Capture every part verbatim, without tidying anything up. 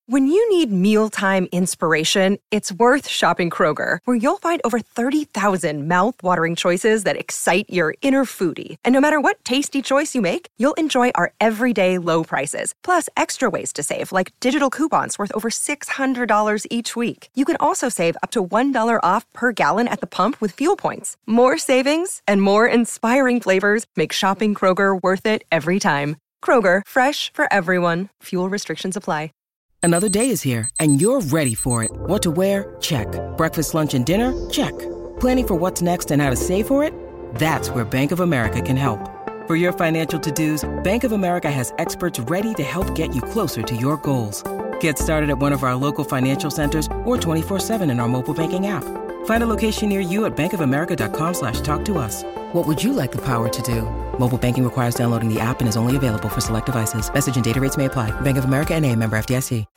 When you need mealtime inspiration, it's worth shopping Kroger, where you'll find over thirty thousand mouth-watering choices that excite your inner foodie. And no matter what tasty choice you make, you'll enjoy our everyday low prices, plus extra ways to save, like digital coupons worth over six hundred dollars each week. You can also save up to one dollar off per gallon at the pump with fuel points. More savings and more inspiring flavors make shopping Kroger worth it every time. Kroger, fresh for everyone. Fuel restrictions apply. Another day is here, and you're ready for it. What to wear? Check. Breakfast, lunch, and dinner? Check. Planning for what's next and how to save for it? That's where Bank of America can help. For your financial to-dos, Bank of America has experts ready to help get you closer to your goals. Get started at one of our local financial centers or twenty-four seven in our mobile banking app. Find a location near you at bankofamerica.com slash talk to us. What would you like the power to do? Mobile banking requires downloading the app and is only available for select devices. Message and data rates may apply. Bank of America N A, member F D I C.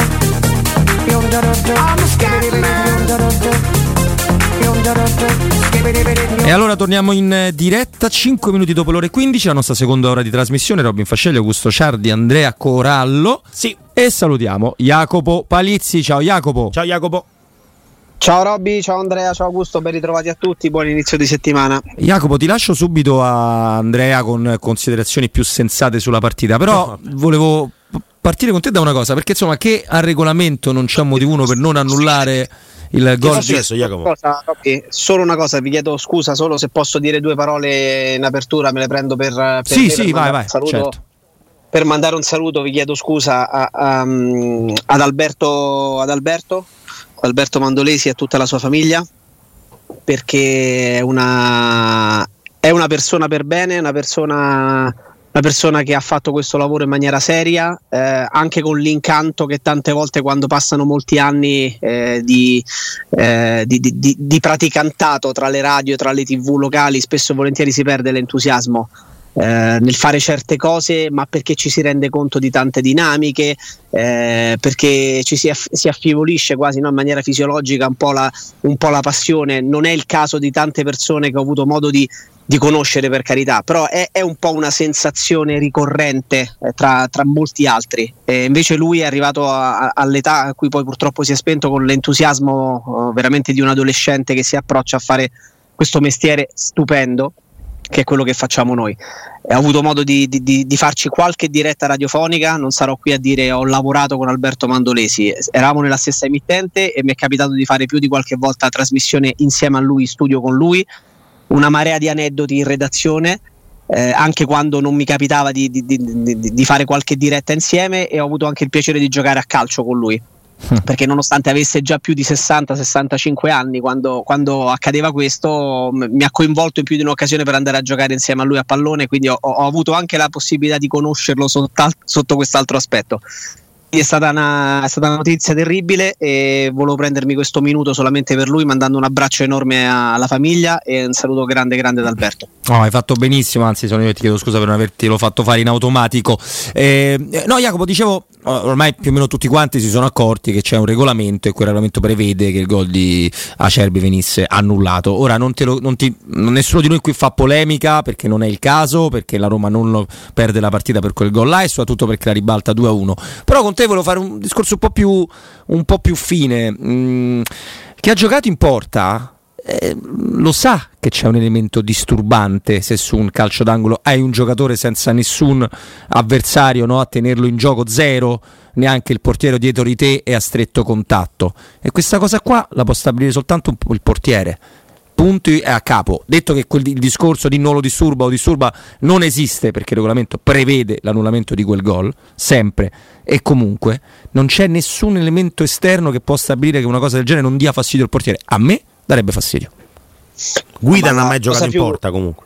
E allora torniamo in diretta cinque minuti dopo l'ora e quindici, la nostra seconda ora di trasmissione. Robin Fascelli, Augusto Ciardi, Andrea Corallo. Sì. E salutiamo Jacopo Palizzi. Ciao Jacopo. Ciao Jacopo. Ciao Robby, ciao Andrea, ciao Augusto, ben ritrovati a tutti, buon inizio di settimana. Jacopo, ti lascio subito a Andrea con considerazioni più sensate sulla partita, però volevo partire con te da una cosa, perché insomma che al regolamento non c'è un motivo uno per non annullare il gol. Che è successo, Jacopo? Cosa, Robby, solo una cosa, vi chiedo scusa, solo se posso dire due parole in apertura, me le prendo per, per Sì, me, sì, per vai, vai, un saluto, certo. Per mandare un saluto vi chiedo scusa a, a, ad Alberto ad Alberto Alberto Mandolesi e a tutta la sua famiglia, perché è una, è una persona per bene, una persona, una persona che ha fatto questo lavoro in maniera seria, eh, anche con l'incanto che tante volte quando passano molti anni eh, di, eh, di, di, di, di praticantato tra le radio, tra le tv locali, spesso e volentieri si perde l'entusiasmo Eh, nel fare certe cose, ma perché ci si rende conto di tante dinamiche, eh, perché ci si, aff- si affievolisce quasi, no, in maniera fisiologica un po' la, un po' la passione. Non è il caso di tante persone che ho avuto modo di, di conoscere, per carità, però è, è un po' una sensazione ricorrente eh, tra, tra molti altri. E invece lui è arrivato a, a, all'età a cui poi purtroppo si è spento, con l'entusiasmo oh, veramente di un adolescente che si approccia a fare questo mestiere stupendo, che è quello che facciamo noi. Ho avuto modo di, di, di farci qualche diretta radiofonica, non sarò qui a dire ho lavorato con Alberto Mandolesi, eravamo nella stessa emittente e mi è capitato di fare più di qualche volta trasmissione insieme a lui, studio con lui, una marea di aneddoti in redazione, eh, anche quando non mi capitava di, di, di, di, di fare qualche diretta insieme, e ho avuto anche il piacere di giocare a calcio con lui. Perché nonostante avesse già più di sessanta sessantacinque anni quando, quando accadeva questo, m- mi ha coinvolto in più di un'occasione per andare a giocare insieme a lui a pallone, quindi ho, ho avuto anche la possibilità di conoscerlo sotto, sotto quest'altro aspetto. È stata, una, è stata una notizia terribile e volevo prendermi questo minuto solamente per lui, mandando un abbraccio enorme alla famiglia e un saluto grande grande ad Alberto. No, hai fatto benissimo, anzi sono io che ti chiedo scusa per non avertelo fatto fare in automatico. Eh, no Jacopo, dicevo, ormai più o meno tutti quanti si sono accorti che c'è un regolamento e quel regolamento prevede che il gol di Acerbi venisse annullato. Ora non te lo, non ti, nessuno di noi qui fa polemica, perché non è il caso, perché la Roma non lo perde la partita per quel gol là e soprattutto perché la ribalta due a uno. Però con te volevo fare un discorso un po' più, un po' più fine. Mm, chi ha giocato in porta eh, lo sa che c'è un elemento disturbante se su un calcio d'angolo hai un giocatore senza nessun avversario, no, a tenerlo in gioco zero, neanche il portiere dietro di te e a stretto contatto, e questa cosa qua la può stabilire soltanto un, il portiere. Punti a capo. Detto che quel, il discorso di non lo disturba o disturba non esiste, perché il regolamento prevede l'annullamento di quel gol sempre e comunque, non c'è nessun elemento esterno che può stabilire che una cosa del genere non dia fastidio al portiere. A me darebbe fastidio. Guida non ha mai giocato in più... porta comunque.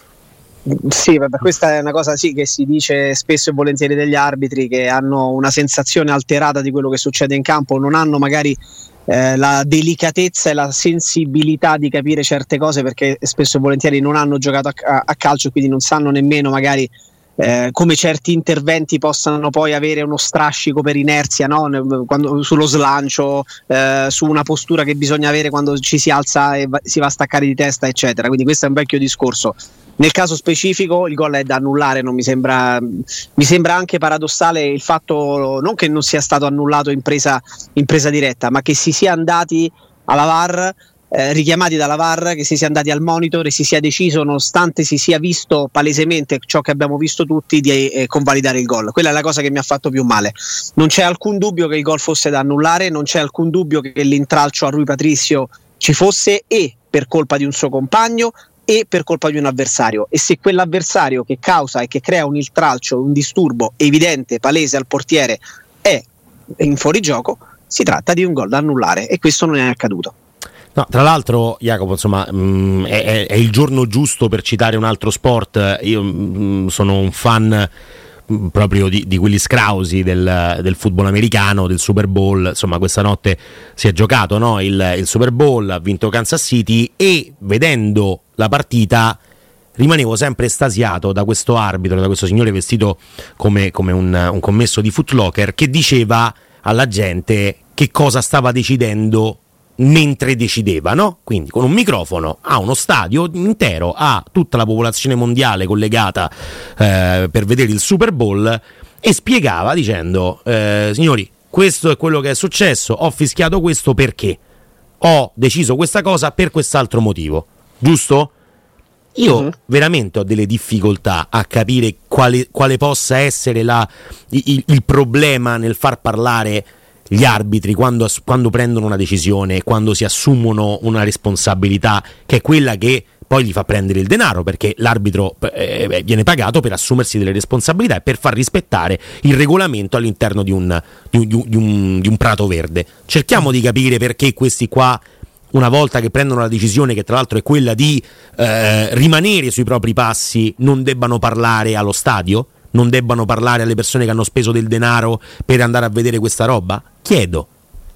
Sì, vabbè, questa è una cosa sì che si dice spesso e volentieri degli arbitri, che hanno una sensazione alterata di quello che succede in campo, non hanno magari eh, la delicatezza e la sensibilità di capire certe cose, perché spesso e volentieri non hanno giocato a, a, a calcio, quindi non sanno nemmeno magari Eh, come certi interventi possano poi avere uno strascico per inerzia, no? Quando, sullo slancio, eh, su una postura che bisogna avere quando ci si alza e va, si va a staccare di testa, eccetera. Quindi questo è un vecchio discorso. Nel caso specifico il gol è da annullare, non mi sembra, mi sembra anche paradossale il fatto non che non sia stato annullato in presa, in presa diretta, ma che si sia andati alla V A R, Eh, richiamati dalla V A R, che si sia andati al monitor e si sia deciso, nonostante si sia visto palesemente ciò che abbiamo visto tutti, di eh, convalidare il gol. Quella è la cosa che mi ha fatto più male. Non c'è alcun dubbio che il gol fosse da annullare, non c'è alcun dubbio che l'intralcio a Rui Patricio ci fosse, e per colpa di un suo compagno e per colpa di un avversario, e se quell'avversario che causa e che crea un intralcio, un disturbo evidente, palese al portiere è in fuorigioco, si tratta di un gol da annullare, e questo non è accaduto. No, tra l'altro, Jacopo, insomma, mh, è, è il giorno giusto per citare un altro sport. Io mh, sono un fan mh, proprio di, di quelli scrausi del, del football americano, del Super Bowl. Insomma, questa notte si è giocato, no? il, il Super Bowl, ha vinto Kansas City, e vedendo la partita rimanevo sempre estasiato da questo arbitro, da questo signore vestito come, come un, un commesso di Foot Locker, che diceva alla gente che cosa stava decidendo mentre decideva, no? Quindi con un microfono a uno stadio intero, a tutta la popolazione mondiale collegata eh, per vedere il Super Bowl, e spiegava dicendo eh, signori, questo è quello che è successo, ho fischiato questo perché ho deciso questa cosa per quest'altro motivo, giusto? Io uh-huh. veramente ho delle difficoltà a capire quale, quale possa essere la, il, il problema nel far parlare gli arbitri quando, quando prendono una decisione, quando si assumono una responsabilità, che è quella che poi gli fa prendere il denaro, perché l'arbitro eh, viene pagato per assumersi delle responsabilità e per far rispettare il regolamento all'interno di un, di un, di un, di un prato verde. Cerchiamo di capire perché questi qua, una volta che prendono la decisione, che tra l'altro è quella di eh, rimanere sui propri passi, non debbano parlare allo stadio, non debbano parlare alle persone che hanno speso del denaro per andare a vedere questa roba? Chiedo.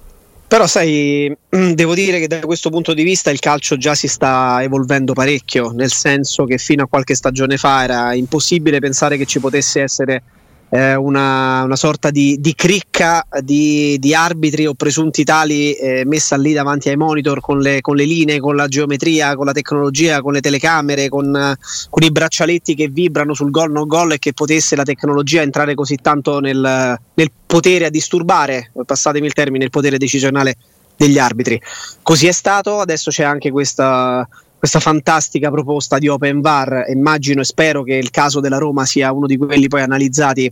Però sai, devo dire che da questo punto di vista il calcio già si sta evolvendo parecchio, nel senso che fino a qualche stagione fa era impossibile pensare che ci potesse essere eh, una, una sorta di, di cricca di, di arbitri o presunti tali eh, messa lì davanti ai monitor con le, con le linee, con la geometria, con la tecnologia, con le telecamere, con, con i braccialetti che vibrano sul gol no gol, e che potesse la tecnologia entrare così tanto nel, nel potere a disturbare, passatemi il termine, il potere decisionale degli arbitri. Così è stato. Adesso c'è anche questa questa fantastica proposta di Open V A R. Immagino e spero che il caso della Roma sia uno di quelli poi analizzati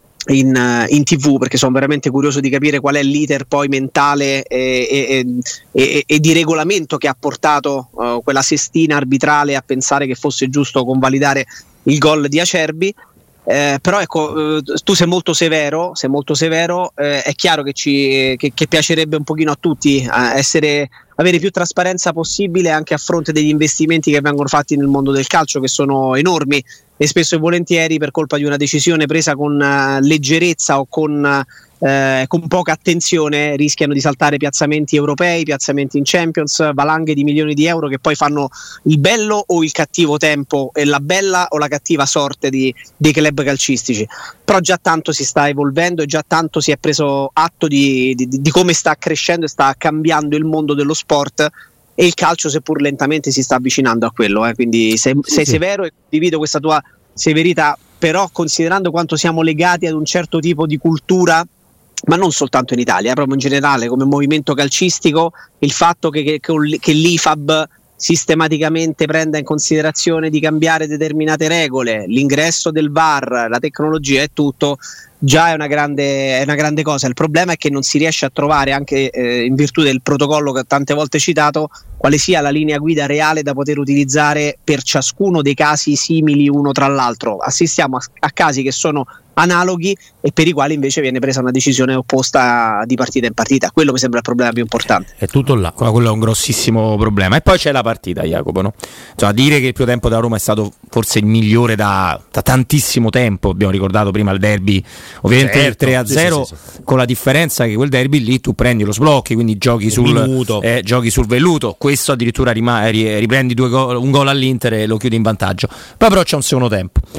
in, in tivù, perché sono veramente curioso di capire qual è l'iter poi mentale e, e, e, e di regolamento che ha portato uh, quella sestina arbitrale a pensare che fosse giusto convalidare il gol di Acerbi. Eh, però ecco, eh, tu sei molto severo, sei molto severo, eh, è chiaro che, ci, che, che piacerebbe un pochino a tutti eh, essere, avere più trasparenza possibile anche a fronte degli investimenti che vengono fatti nel mondo del calcio, che sono enormi, e spesso e volentieri per colpa di una decisione presa con uh, leggerezza o con, uh, con poca attenzione rischiano di saltare piazzamenti europei, piazzamenti in Champions, valanghe di milioni di euro che poi fanno il bello o il cattivo tempo e la bella o la cattiva sorte di, dei club calcistici. Però già tanto si sta evolvendo e già tanto si è preso atto di, di, di come sta crescendo e sta cambiando il mondo dello sport, e il calcio, seppur lentamente, si sta avvicinando a quello, eh. Quindi sei, sì, sei sì. severo, e condivido questa tua severità, però considerando quanto siamo legati ad un certo tipo di cultura, ma non soltanto in Italia, eh, proprio in generale come movimento calcistico, il fatto che, che, che l'I F A B sistematicamente prenda in considerazione di cambiare determinate regole, l'ingresso del V A R, la tecnologia e tutto, già è una grande, è una grande cosa. Il problema è che non si riesce a trovare, anche eh, in virtù del protocollo che tante volte citato, quale sia la linea guida reale da poter utilizzare per ciascuno dei casi simili uno tra l'altro. Assistiamo a, a casi che sono analoghi e per i quali invece viene presa una decisione opposta di partita in partita. Quello mi sembra il problema più importante. È tutto là. Quello è un grossissimo problema. E poi c'è la partita, Jacopo, no? Cioè, dire che il primo tempo della Roma è stato forse il migliore da, da tantissimo tempo. Abbiamo ricordato prima il derby, ovviamente certo, il tre a zero, sì, sì, sì, sì. Con la differenza che quel derby lì tu prendi lo sblocchi, quindi giochi sul, eh, giochi sul velluto. Questo addirittura rima, riprendi due go- un gol all'Inter e lo chiudi in vantaggio. Poi però c'è un secondo tempo.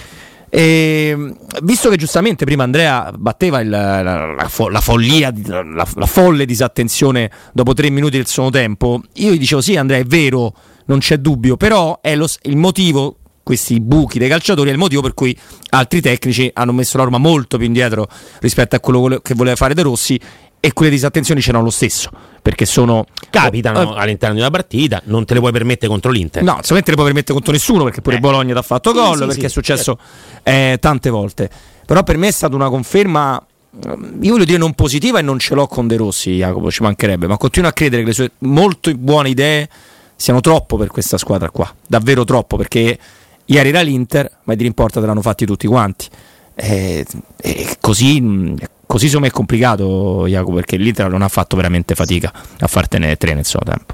E, visto che giustamente prima Andrea batteva il, la, la, fo- la follia, la, la folle disattenzione dopo tre minuti del secondo tempo, io gli dicevo sì Andrea, è vero, non c'è dubbio, però è lo, il motivo, questi buchi dei calciatori è il motivo per cui altri tecnici hanno messo la Roma molto più indietro rispetto a quello che voleva fare De Rossi, e quelle disattenzioni c'erano lo stesso, perché sono capitano eh, all'interno di una partita, non te le puoi permettere contro l'Inter. No, solamente le puoi permettere contro nessuno, perché pure eh. Bologna ti ha fatto sì, gol, sì, perché sì, è successo certo. eh, tante volte. Però per me è stata una conferma, io voglio dire non positiva, e non ce l'ho con De Rossi, Jacopo, ci mancherebbe, ma continuo a credere che le sue molto buone idee siano troppo per questa squadra qua, davvero troppo, perché ieri era l'Inter, ma i tiri in porta te l'hanno fatti tutti quanti. E, e così così secondo me è complicato, Jacopo, perché l'Inter non ha fatto veramente fatica a fartene tre nel suo tempo.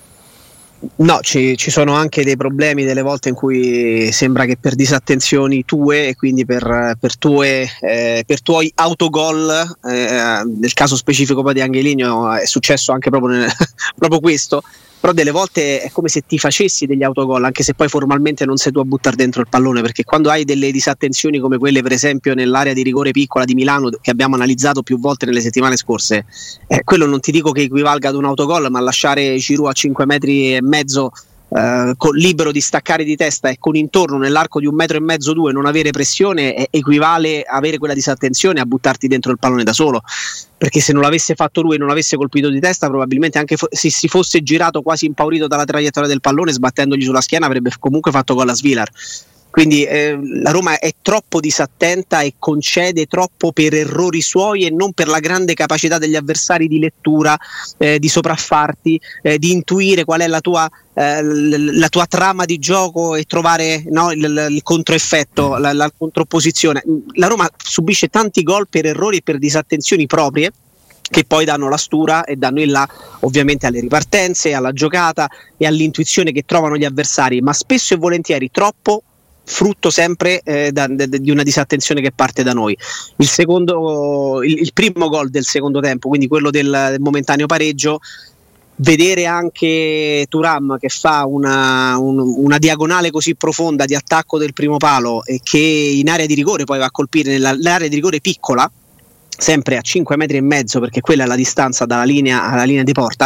No, ci, ci sono anche dei problemi delle volte in cui sembra che per disattenzioni tue e quindi per, per, tue, eh, per tuoi autogol, eh, nel caso specifico poi di Angeligno è successo anche proprio, nel, proprio questo, però delle volte è come se ti facessi degli autogol, anche se poi formalmente non sei tu a buttare dentro il pallone, perché quando hai delle disattenzioni come quelle per esempio nell'area di rigore piccola di Milano, che abbiamo analizzato più volte nelle settimane scorse, eh, quello non ti dico che equivalga ad un autogol, ma lasciare Giroud a cinque metri e mezzo Uh, con, libero di staccare di testa e con intorno nell'arco di un metro e mezzo, due, non avere pressione, eh, equivale a avere quella disattenzione, a buttarti dentro il pallone da solo, perché se non l'avesse fatto lui e non avesse colpito di testa, probabilmente anche fo- se si fosse girato quasi impaurito dalla traiettoria del pallone, sbattendogli sulla schiena, avrebbe comunque fatto gol a Svilar. Quindi eh, la Roma è troppo disattenta e concede troppo per errori suoi e non per la grande capacità degli avversari di lettura, eh, di sopraffarti, eh, di intuire qual è la tua, eh, la tua trama di gioco e trovare no, il, il controeffetto, la, la controposizione. La Roma subisce tanti gol per errori e per disattenzioni proprie, che poi danno la stura e danno il là ovviamente alle ripartenze, alla giocata e all'intuizione che trovano gli avversari, ma spesso e volentieri troppo frutto sempre eh, da, da, di una disattenzione che parte da noi. Il secondo, il, il primo gol del secondo tempo, quindi quello del, del momentaneo pareggio, vedere anche Thuram che fa una, un, una diagonale così profonda di attacco del primo palo e che in area di rigore poi va a colpire nella, nell'area di rigore piccola, sempre a cinque metri e mezzo, perché quella è la distanza dalla linea alla linea di porta.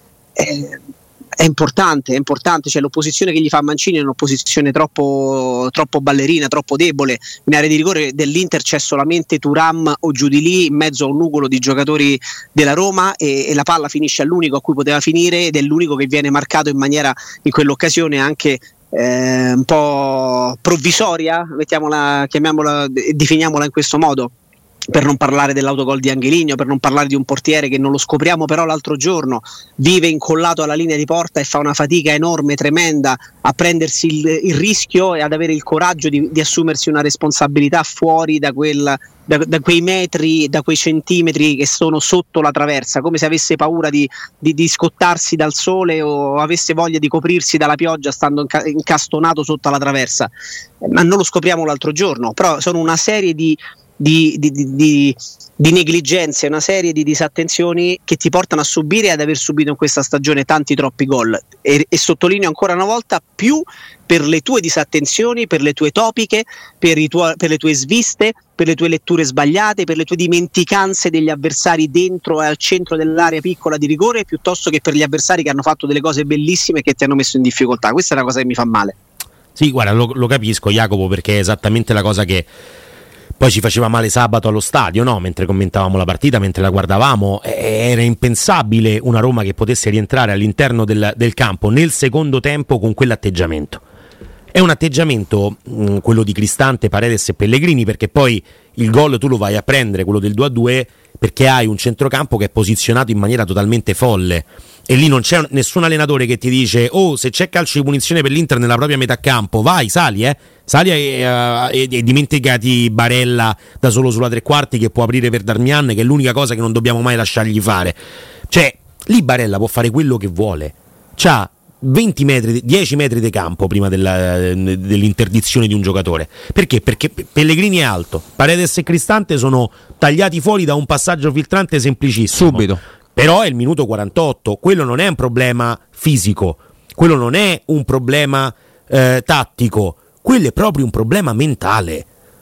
eh, È importante, è importante, cioè l'opposizione che gli fa Mancini è un'opposizione troppo, troppo ballerina, troppo debole. In area di rigore dell'Inter c'è solamente Thuram o giù di lì in mezzo a un nugolo di giocatori della Roma e, e la palla finisce all'unico a cui poteva finire ed è l'unico che viene marcato in maniera in quell'occasione anche eh, un po' provvisoria, mettiamola, chiamiamola, definiamola in questo modo. Per non parlare dell'autogol di Angeligno, per non parlare di un portiere che non lo scopriamo però l'altro giorno, vive incollato alla linea di porta e fa una fatica enorme, tremenda, a prendersi il, il rischio e ad avere il coraggio di, di assumersi una responsabilità fuori da, quel, da, da quei metri, da quei centimetri che sono sotto la traversa, come se avesse paura di, di, di scottarsi dal sole o avesse voglia di coprirsi dalla pioggia stando inca- incastonato sotto la traversa. Ma non lo scopriamo l'altro giorno, però sono una serie di Di, di, di, di negligenze, una serie di disattenzioni che ti portano a subire e ad aver subito in questa stagione tanti troppi gol e, e sottolineo ancora una volta più per le tue disattenzioni, per le tue topiche, per, i tuo, per le tue sviste, per le tue letture sbagliate, per le tue dimenticanze degli avversari dentro e al centro dell'area piccola di rigore, piuttosto che per gli avversari che hanno fatto delle cose bellissime e che ti hanno messo in difficoltà. Questa è una cosa che mi fa male. Sì, guarda, lo, lo capisco, Jacopo, perché è esattamente la cosa che poi ci faceva male sabato allo stadio, no? Mentre commentavamo la partita, mentre la guardavamo, era impensabile una Roma che potesse rientrare all'interno del, del campo nel secondo tempo con quell'atteggiamento. È un atteggiamento, mh, quello di Cristante, Paredes e Pellegrini, perché poi il gol tu lo vai a prendere, quello del due a due, perché hai un centrocampo che è posizionato in maniera totalmente folle e lì non c'è nessun allenatore che ti dice oh, se c'è calcio di punizione per l'Inter nella propria metà campo, vai, sali eh sali e, uh, e, e dimenticati Barella da solo sulla tre quarti che può aprire per Darmian, che è l'unica cosa che non dobbiamo mai lasciargli fare. Cioè lì Barella può fare quello che vuole, c'ha venti metri, dieci metri di campo prima della, dell'interdizione di un giocatore. Perché? Perché Pellegrini è alto, Paredes e Cristante sono tagliati fuori da un passaggio filtrante semplicissimo. Subito. Però è il minuto quarantotto, quello non è un problema fisico, quello non è un problema eh, tattico, quello è proprio un problema mentale.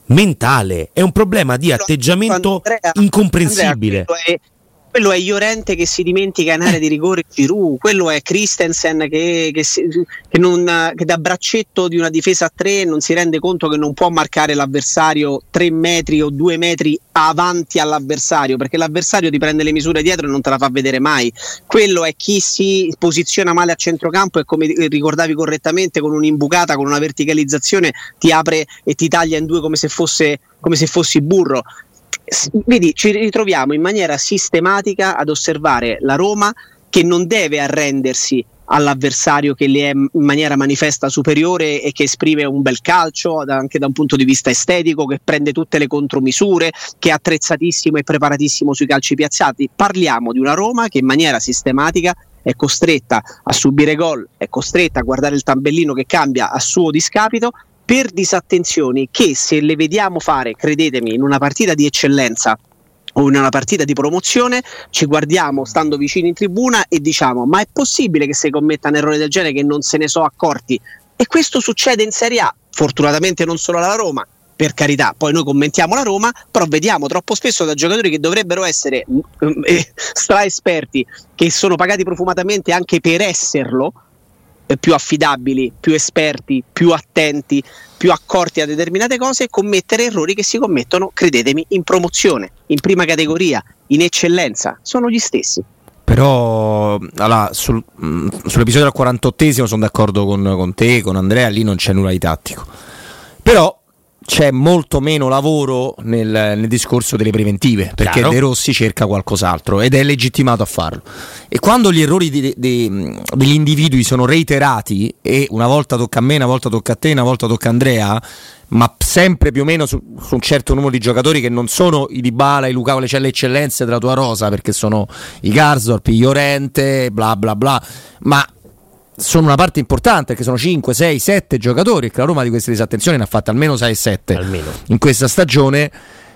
mentale, è un problema di atteggiamento Andrea, incomprensibile. Andrea, quello, è, quello è Llorente che si dimentica in area di rigore Giroud, quello è Christensen che, che, si, che, non, che da braccetto di una difesa a tre non si rende conto che non può marcare l'avversario tre metri o due metri avanti all'avversario, perché l'avversario ti prende le misure dietro e non te la fa vedere mai. Quello è chi si posiziona male a centrocampo e, come ricordavi correttamente, con un'imbucata, con una verticalizzazione ti apre e ti taglia in due come se fosse come se fossi burro. Vedi, ci ritroviamo in maniera sistematica ad osservare la Roma che non deve arrendersi all'avversario che le è in maniera manifesta superiore e che esprime un bel calcio anche da un punto di vista estetico, che prende tutte le contromisure, che è attrezzatissimo e preparatissimo sui calci piazzati. Parliamo di una Roma che in maniera sistematica è costretta a subire gol, è costretta a guardare il tabellino che cambia a suo discapito per disattenzioni che, se le vediamo fare, credetemi, in una partita di eccellenza o in una partita di promozione, ci guardiamo stando vicini in tribuna e diciamo: ma è possibile che si commetta un errore del genere che non se ne so accorti? E questo succede in Serie A, fortunatamente non solo alla Roma, per carità, poi noi commentiamo la Roma, però vediamo troppo spesso da giocatori che dovrebbero essere eh, stra esperti, che sono pagati profumatamente anche per esserlo, più affidabili, più esperti, più attenti, più accorti a determinate cose, commettere errori che si commettono, credetemi, in promozione, in prima categoria, in eccellenza, sono gli stessi. Però allora, sul, mh, sull'episodio del quarantottesimo sono d'accordo con, con te, con Andrea, lì non c'è nulla di tattico, però c'è molto meno lavoro nel, nel discorso delle preventive, perché Chiaro. De Rossi cerca qualcos'altro ed è legittimato a farlo, e quando gli errori di, di, degli individui sono reiterati, e una volta tocca a me, una volta tocca a te, una volta tocca a Andrea, ma sempre più o meno su, su un certo numero di giocatori che non sono i Dybala, i Lukaku, le, cioè le eccellenze della tua rosa, perché sono i Garzorp, i Llorente, bla bla bla, ma sono una parte importante, perché sono cinque, sei, sette giocatori, e che la Roma di queste disattenzioni ne ha fatte almeno sei sette almeno in questa stagione.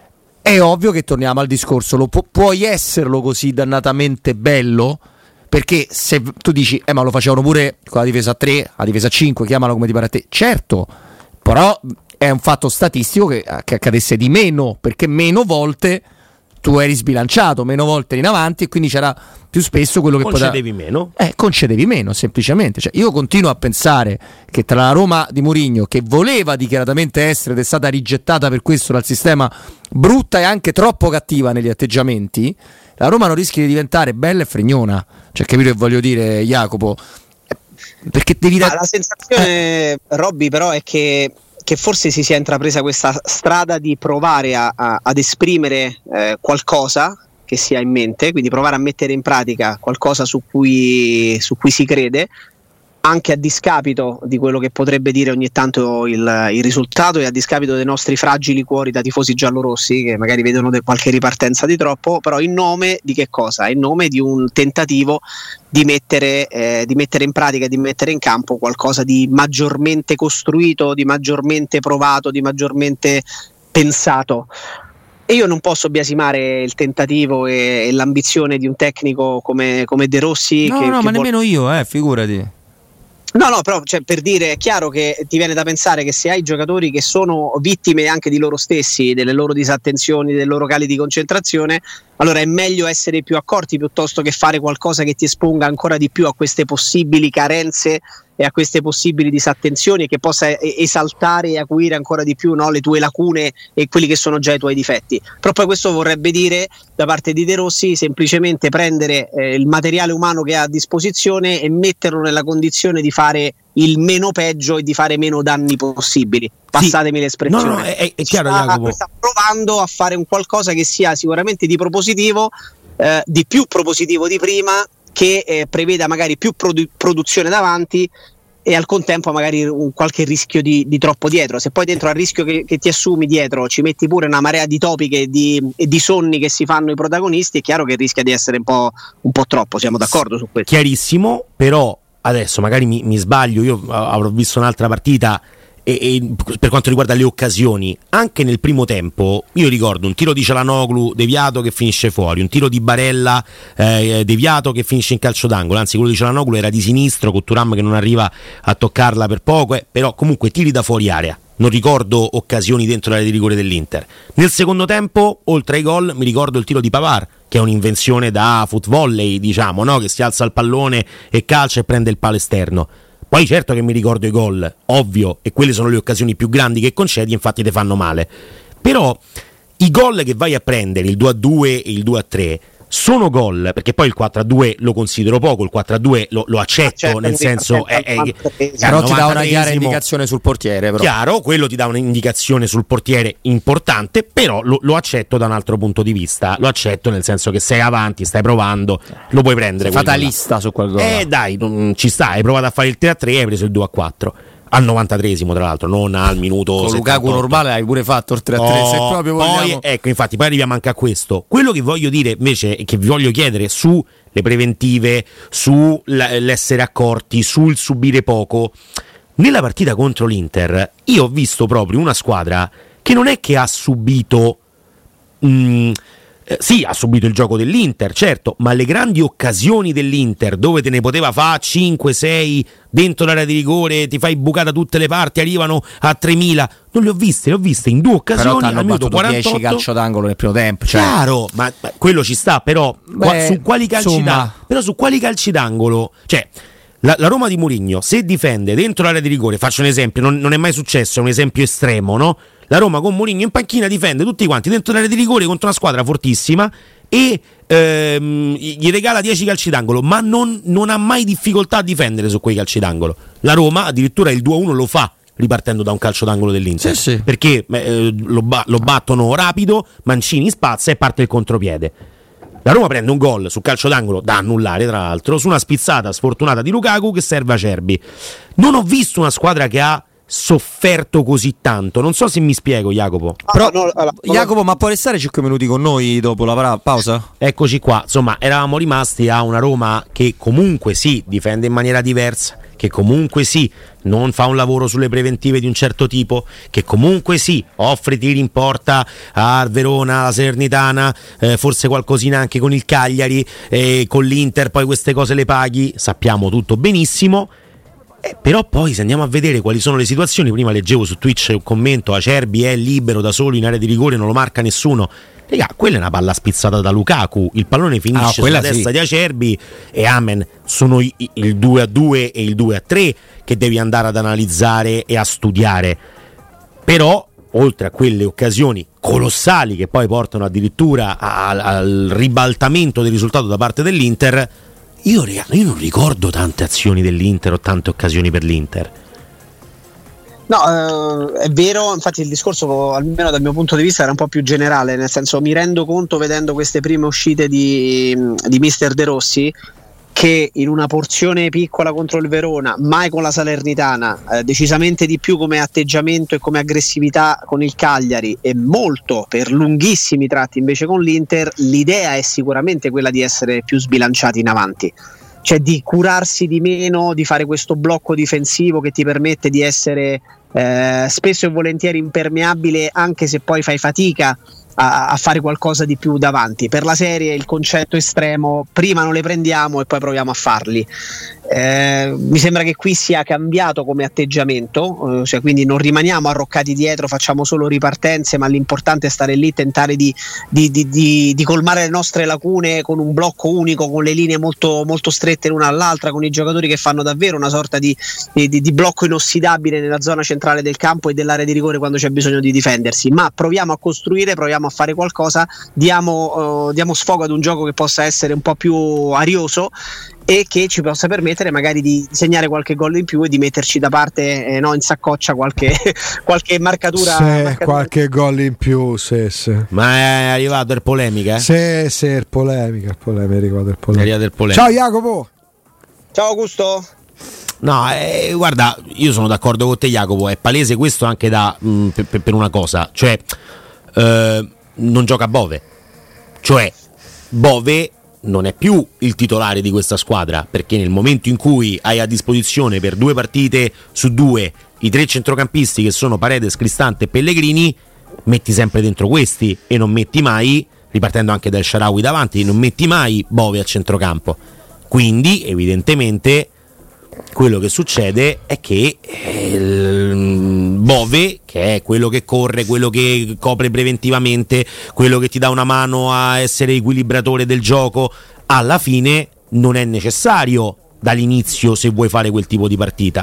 È ovvio che torniamo al discorso, lo pu- puoi esserlo così dannatamente bello, perché se tu dici eh ma lo facevano pure con la difesa a tre, la difesa a cinque, chiamalo come ti pare a te, certo, però è un fatto statistico che, che accadesse di meno, perché meno volte tu eri sbilanciato, meno volte in avanti, e quindi c'era più spesso quello che concedevi poteva... meno eh, concedevi meno semplicemente. Cioè, io continuo a pensare che tra la Roma di Mourinho, che voleva dichiaratamente essere ed è stata rigettata per questo dal sistema, brutta e anche troppo cattiva negli atteggiamenti, la Roma non rischia di diventare bella e fregnona. Cioè, capito che voglio dire, Jacopo? Perché devi da... la sensazione, eh. Robby, però è che che forse si sia intrapresa questa strada di provare a, a, ad esprimere eh, qualcosa che si ha in mente, quindi provare a mettere in pratica qualcosa su cui, su cui si crede, anche a discapito di quello che potrebbe dire ogni tanto il, il risultato, e a discapito dei nostri fragili cuori da tifosi giallorossi che magari vedono de- qualche ripartenza di troppo, però in nome di che cosa? In nome di un tentativo di mettere, eh, di mettere in pratica, di mettere in campo qualcosa di maggiormente costruito, di maggiormente provato, di maggiormente pensato. E io non posso biasimare il tentativo e, e l'ambizione di un tecnico come, come De Rossi. No, che, no, che ma vuol... nemmeno io, eh, figurati. No, no, però cioè, per dire, è chiaro che ti viene da pensare che se hai giocatori che sono vittime anche di loro stessi, delle loro disattenzioni, dei loro cali di concentrazione, allora è meglio essere più accorti piuttosto che fare qualcosa che ti esponga ancora di più a queste possibili carenze e a queste possibili disattenzioni, e che possa esaltare e acuire ancora di più, no, le tue lacune e quelli che sono già i tuoi difetti. Però poi questo vorrebbe dire, da parte di De Rossi, semplicemente prendere eh, il materiale umano che ha a disposizione e metterlo nella condizione di fare il meno peggio e di fare meno danni possibili. Passatemi sì. l'espressione. No, no, è, è chiaro, sta, Jacopo. sta provando a fare un qualcosa che sia sicuramente di propositivo, eh, di più propositivo di prima, che eh, preveda magari più produ- produzione davanti e al contempo magari un qualche rischio di, di troppo dietro. Se poi dentro al rischio che, che ti assumi dietro ci metti pure una marea di topiche e di, e di sonni che si fanno i protagonisti, è chiaro che rischia di essere un po', un po' troppo. Siamo d'accordo su questo? Chiarissimo, però adesso magari mi, mi sbaglio, io avrò visto un'altra partita e, e per quanto riguarda le occasioni, anche nel primo tempo io ricordo un tiro di Çalhanoğlu deviato che finisce fuori, un tiro di Barella eh, deviato che finisce in calcio d'angolo, anzi quello di Çalhanoğlu era di sinistro con Thuram che non arriva a toccarla per poco, eh, però comunque tiri da fuori area non ricordo occasioni dentro l'area di rigore dell'Inter. Nel secondo tempo, oltre ai gol, mi ricordo il tiro di Pavard, che è un'invenzione da foot volley, diciamo, no? Che si alza il pallone e calcia e prende il palo esterno. Poi certo che mi ricordo i gol, ovvio, e quelle sono le occasioni più grandi che concedi, infatti te fanno male. Però i gol che vai a prendere, il due a due e il due a tre, sono gol, perché poi il quattro a due lo considero poco, il quattro a due lo, lo accetto, certo, nel senso è, è, è, però ti dà una chiara indicazione sul portiere, però. Chiaro, quello ti dà un'indicazione sul portiere importante, però lo, lo accetto da un altro punto di vista, lo accetto nel senso che sei avanti, stai provando, lo puoi prendere. Fatalista su quel gol. Eh dai, non, ci sta, hai provato a fare il tre a tre e hai preso il due a quattro. Al novantatreesimo tra l'altro, non al minuto con Lukaku normale hai pure fatto il tre a tre, oh, se proprio vogliamo. Poi, ecco, infatti, poi arriviamo anche a questo. Quello che voglio dire invece e che vi voglio chiedere su le preventive, sull'essere accorti, sul subire poco. Nella partita contro l'Inter io ho visto proprio una squadra che non è che ha subito mh, eh, sì, ha subito il gioco dell'Inter, certo, ma le grandi occasioni dell'Inter dove te ne poteva fare cinque sei dentro l'area di rigore, ti fai bucata da tutte le parti, arrivano a tremila, non le ho viste, le ho viste in due occasioni al minuto quarantotto. dieci calcio d'angolo nel primo tempo, cioè. Chiaro, ma, ma quello ci sta, però Beh, su quali calci da, però su quali calci d'angolo, cioè la, la Roma di Mourinho se difende dentro l'area di rigore, faccio un esempio, non, non è mai successo, è un esempio estremo, no? La Roma con Mourinho in panchina difende tutti quanti dentro l'area di rigore contro una squadra fortissima e ehm, gli regala dieci calci d'angolo, ma non, non ha mai difficoltà a difendere su quei calci d'angolo. La Roma addirittura il due a uno lo fa ripartendo da un calcio d'angolo dell'Inter, sì, sì. perché eh, lo, ba- lo battono rapido, Mancini spazza e parte il contropiede. La Roma prende un gol su calcio d'angolo da annullare, tra l'altro, su una spizzata sfortunata di Lukaku che serve a Acerbi. Non ho visto una squadra che ha sofferto così tanto, non so se mi spiego, Jacopo. Ah, però no, allora, Jacopo, ma può restare cinque minuti con noi dopo la pausa? Eccoci qua, insomma, eravamo rimasti a una Roma che comunque sì, difende in maniera diversa, che comunque sì, non fa un lavoro sulle preventive di un certo tipo, che comunque sì, offre tiri in porta al Verona, alla Salernitana, eh, forse qualcosina anche con il Cagliari, eh, con l'Inter, poi queste cose le paghi, sappiamo tutto benissimo. Eh, però poi se andiamo a vedere quali sono le situazioni, prima leggevo su Twitch un commento, Acerbi è libero da solo in area di rigore, non lo marca nessuno. Raga, quella è una palla spizzata da Lukaku, il pallone finisce ah, sulla testa sì. di Acerbi e amen, sono i, il due a due e il due a tre che devi andare ad analizzare e a studiare. Però oltre a quelle occasioni colossali che poi portano addirittura al, al ribaltamento del risultato da parte dell'Inter, Io, io non ricordo tante azioni dell'Inter o tante occasioni per l'Inter. No, eh, è vero, infatti il discorso, almeno dal mio punto di vista, era un po' più generale, nel senso mi rendo conto vedendo queste prime uscite di, di mister De Rossi che in una porzione piccola contro il Verona, mai con la Salernitana, eh, decisamente di più come atteggiamento e come aggressività con il Cagliari e molto per lunghissimi tratti invece con l'Inter, l'idea è sicuramente quella di essere più sbilanciati in avanti, cioè di curarsi di meno, di fare questo blocco difensivo che ti permette di essere eh, spesso e volentieri impermeabile anche se poi fai fatica a, a fare qualcosa di più davanti. Per la serie il concetto estremo, prima non le prendiamo e poi proviamo a farli. Eh, mi sembra che qui sia cambiato come atteggiamento, eh, cioè quindi non rimaniamo arroccati dietro, facciamo solo ripartenze, ma l'importante è stare lì, tentare di, di, di, di, di colmare le nostre lacune con un blocco unico, con le linee molto, molto strette l'una all'altra, con i giocatori che fanno davvero una sorta di, di, di blocco inossidabile nella zona centrale del campo e dell'area di rigore quando c'è bisogno di difendersi, ma proviamo a costruire, proviamo a fare qualcosa, diamo, uh, diamo sfogo ad un gioco che possa essere un po' più arioso e che ci possa permettere magari di segnare qualche gol in più e di metterci da parte, eh, no, in saccoccia qualche, qualche marcatura, sì, marcatura. Qualche gol in più, sì, sì. Ma è arrivato il polemica? Eh? Sì, sì, il polemica, il polemica, è arrivato il polemica. È arrivato il polemica. Ciao Jacopo. Ciao Augusto. No, eh, guarda, io sono d'accordo con te Jacopo, è palese questo anche da mh, per, per una cosa, cioè eh, non gioca Bove, cioè Bove non è più il titolare di questa squadra, perché nel momento in cui hai a disposizione per due partite su due i tre centrocampisti che sono Paredes, Cristante e Pellegrini, metti sempre dentro questi e non metti mai, ripartendo anche dal Shaarawy davanti, non metti mai Bove a centrocampo. Quindi evidentemente quello che succede è che eh, Bove, che è quello che corre, quello che copre preventivamente, quello che ti dà una mano a essere equilibratore del gioco, alla fine non è necessario dall'inizio se vuoi fare quel tipo di partita.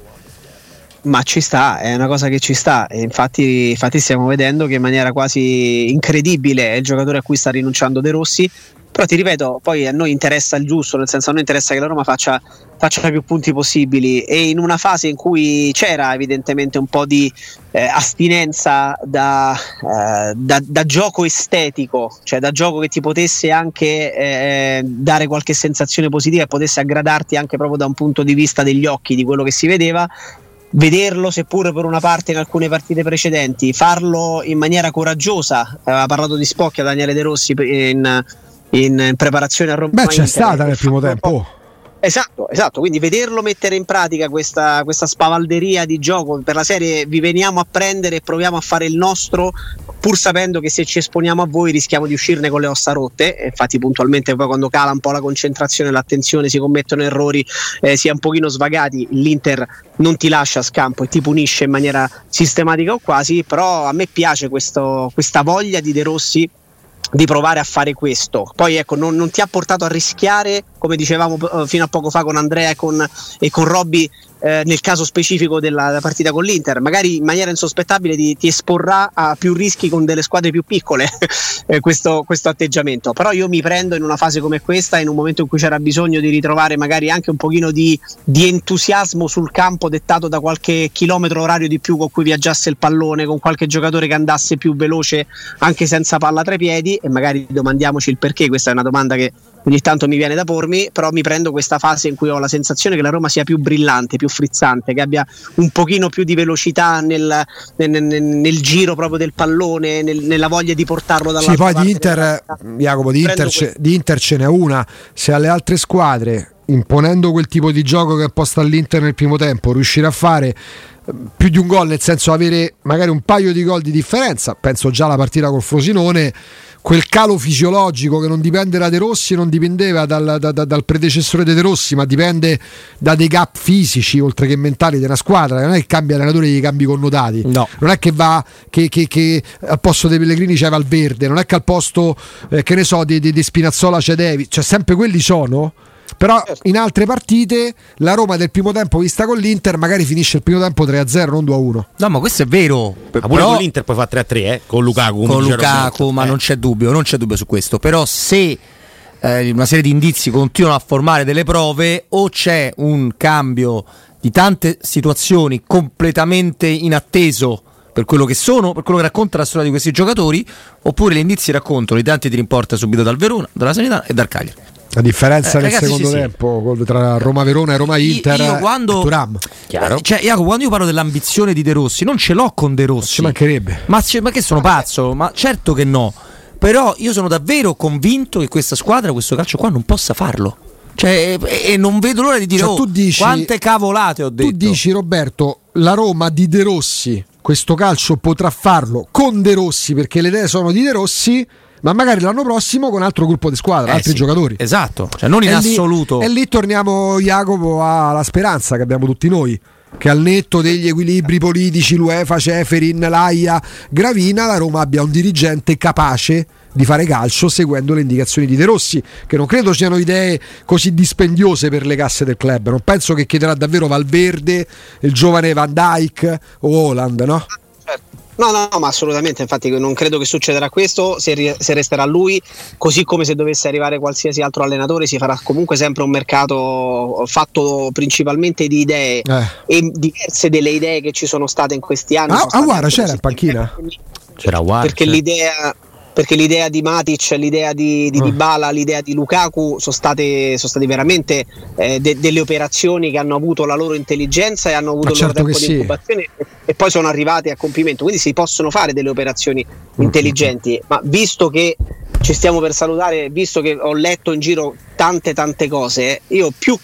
Ma ci sta, è una cosa che ci sta, e infatti, infatti stiamo vedendo che in maniera quasi incredibile è il giocatore a cui sta rinunciando De Rossi. Però ti ripeto, poi a noi interessa il giusto, nel senso a noi interessa che la Roma faccia, faccia più punti possibili, e in una fase in cui c'era evidentemente un po' di eh, astinenza da, eh, da, da gioco estetico, cioè da gioco che ti potesse anche eh, dare qualche sensazione positiva e potesse aggradarti anche proprio da un punto di vista degli occhi di quello che si vedeva. Vederlo, seppur per una parte in alcune partite precedenti, farlo in maniera coraggiosa, aveva parlato di Spocchia Daniele De Rossi in, in preparazione a Roma. Beh, c'è Inter, stata nel primo tempo. Esatto, esatto, quindi vederlo mettere in pratica questa, questa spavalderia di gioco per la serie, vi veniamo a prendere e proviamo a fare il nostro, pur sapendo che se ci esponiamo a voi rischiamo di uscirne con le ossa rotte. E infatti puntualmente poi quando cala un po' la concentrazione, l'attenzione, si commettono errori, eh, si è un pochino svagati, l'Inter non ti lascia scampo e ti punisce in maniera sistematica o quasi. Però a me piace questo, questa voglia di De Rossi di provare a fare questo. Poi ecco, non, non ti ha portato a rischiare, come dicevamo uh, fino a poco fa con Andrea e con, e con Robby, eh, nel caso specifico della, della partita con l'Inter, magari in maniera insospettabile ti, ti esporrà a più rischi con delle squadre più piccole eh, questo, questo atteggiamento. Però io mi prendo in una fase come questa, in un momento in cui c'era bisogno di ritrovare magari anche un pochino di, di entusiasmo sul campo, dettato da qualche chilometro orario di più con cui viaggiasse il pallone, con qualche giocatore che andasse più veloce anche senza palla tra i piedi. E magari domandiamoci il perché, questa è una domanda che ogni tanto mi viene da pormi, però mi prendo questa fase in cui ho la sensazione che la Roma sia più brillante, più frizzante, che abbia un pochino più di velocità nel, nel, nel, nel giro proprio del pallone, nel, nella voglia di portarlo dall'altra sì, poi parte. Di Inter, Jacopo, di Inter, ce, di Inter ce n'è una. Se alle altre squadre, imponendo quel tipo di gioco che è posto all'Inter nel primo tempo, riuscire a fare più di un gol, nel senso avere magari un paio di gol di differenza, penso già alla partita col Frosinone, quel calo fisiologico che non dipende da De Rossi, non dipendeva dal, da, da, dal predecessore di De Rossi, ma dipende da dei gap fisici oltre che mentali della squadra. Non è che cambia allenatore di cambi connotati, no. Non è che va che, che, che al posto dei Pellegrini c'è Valverde, non è che al posto eh, che ne so di, di, di Spinazzola c'è Devi, cioè sempre quelli sono. Però in altre partite la Roma del primo tempo vista con l'Inter magari finisce il primo tempo tre a zero, non due a uno. No, ma questo è vero. Ma pure però, con l'Inter poi fa tre a tre, eh? Con Lukaku. Con Lukaku, ma eh. non c'è dubbio, non c'è dubbio su questo. Però se eh, una serie di indizi continuano a formare delle prove, o c'è un cambio di tante situazioni completamente inatteso per quello che sono, per quello che racconta la storia di questi giocatori, oppure gli indizi raccontano i tanti tiri in porta subito dal Verona, dalla Sanità e dal Cagliari. La differenza eh, nel ragazzi, secondo sì, tempo sì. tra Roma-Verona e Roma-Inter, io quando, e Thuram. Chiaro. Cioè, Jacopo, quando io parlo dell'ambizione di De Rossi, non ce l'ho con De Rossi. Ci mancherebbe. Ma, ma che sono pazzo? Ma certo che no. Però io sono davvero convinto che questa squadra, questo calcio qua, non possa farlo. Cioè, e, e non vedo l'ora di dire, cioè, tu dici, oh, quante cavolate ho detto. Tu dici, Roberto, la Roma di De Rossi questo calcio potrà farlo con De Rossi, perché le idee sono di De Rossi, ma magari l'anno prossimo con altro gruppo di squadra, eh altri sì, giocatori. Esatto, cioè non in e assoluto. Lì, e lì torniamo, Jacopo, alla speranza che abbiamo tutti noi, che al netto degli equilibri politici, l'UEFA, Ceferin, l'Aia, Gravina, la Roma abbia un dirigente capace di fare calcio seguendo le indicazioni di De Rossi, che non credo siano idee così dispendiose per le casse del club. Non penso che chiederà davvero Valverde, il giovane Van Dijk o Haaland, no? No, no, no, ma assolutamente, infatti non credo che succederà questo, se, se resterà lui, così come se dovesse arrivare qualsiasi altro allenatore, si farà comunque sempre un mercato fatto principalmente di idee, eh. e diverse delle idee che ci sono state in questi anni. Ah, ah guarda, c'era in panchina? C'era War, perché c'era. l'idea... perché l'idea di Matic, l'idea di, di Dybala, l'idea di Lukaku sono state, sono state veramente eh, de, delle operazioni che hanno avuto la loro intelligenza e hanno avuto Ma il certo loro tempo di incubazione, sì. e, e poi sono arrivate a compimento, quindi si possono fare delle operazioni intelligenti, mm-hmm. ma visto che ci stiamo per salutare, visto che ho letto in giro tante tante cose, io più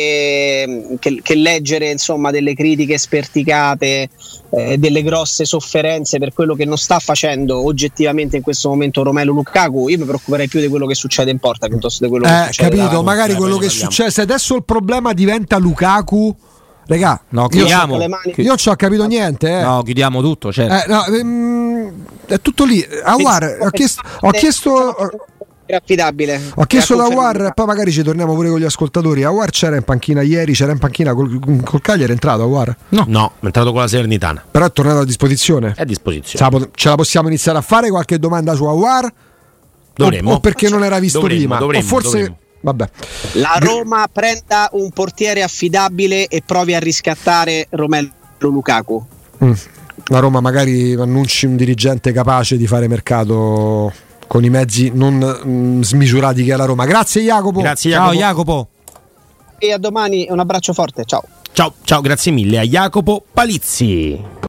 che, che, che leggere insomma delle critiche sperticate, eh, delle grosse sofferenze per quello che non sta facendo oggettivamente in questo momento momento Romelu Lukaku, io mi preoccuperei più di quello che succede in porta piuttosto di quello eh, che succede capito, là. magari eh, quello che parliamo. succede, se adesso il problema diventa Lukaku, regà, No, io, chiudiamo. le mani. io non ci ho capito niente, eh. No, chiudiamo tutto, certo. Eh, no, ehm, è tutto lì. Awar, ho chiesto, ho chiesto, Era affidabile. ho chiesto Era da Awar, confermato. poi magari ci torniamo pure con gli ascoltatori. Awar c'era in panchina ieri, c'era in panchina col, col Cagliari, è entrato Awar, No, no, è entrato con la Salernitana. però è tornato a disposizione. È a disposizione. Ce la, pot- ce la possiamo iniziare a fare qualche domanda su Awar? Dovremmo. O, o perché non era visto Dovremmo, prima? dovremmo, o forse dovremmo. vabbè. La Roma prenda un portiere affidabile e provi a riscattare Romelu Lukaku. Mm. La Roma magari annunci un dirigente capace di fare mercato con i mezzi non mm, smisurati che è la Roma. Grazie Jacopo. Grazie Ciao Jacopo. Jacopo. E a domani, un abbraccio forte, ciao. Ciao, ciao, grazie mille a Jacopo Palizzi.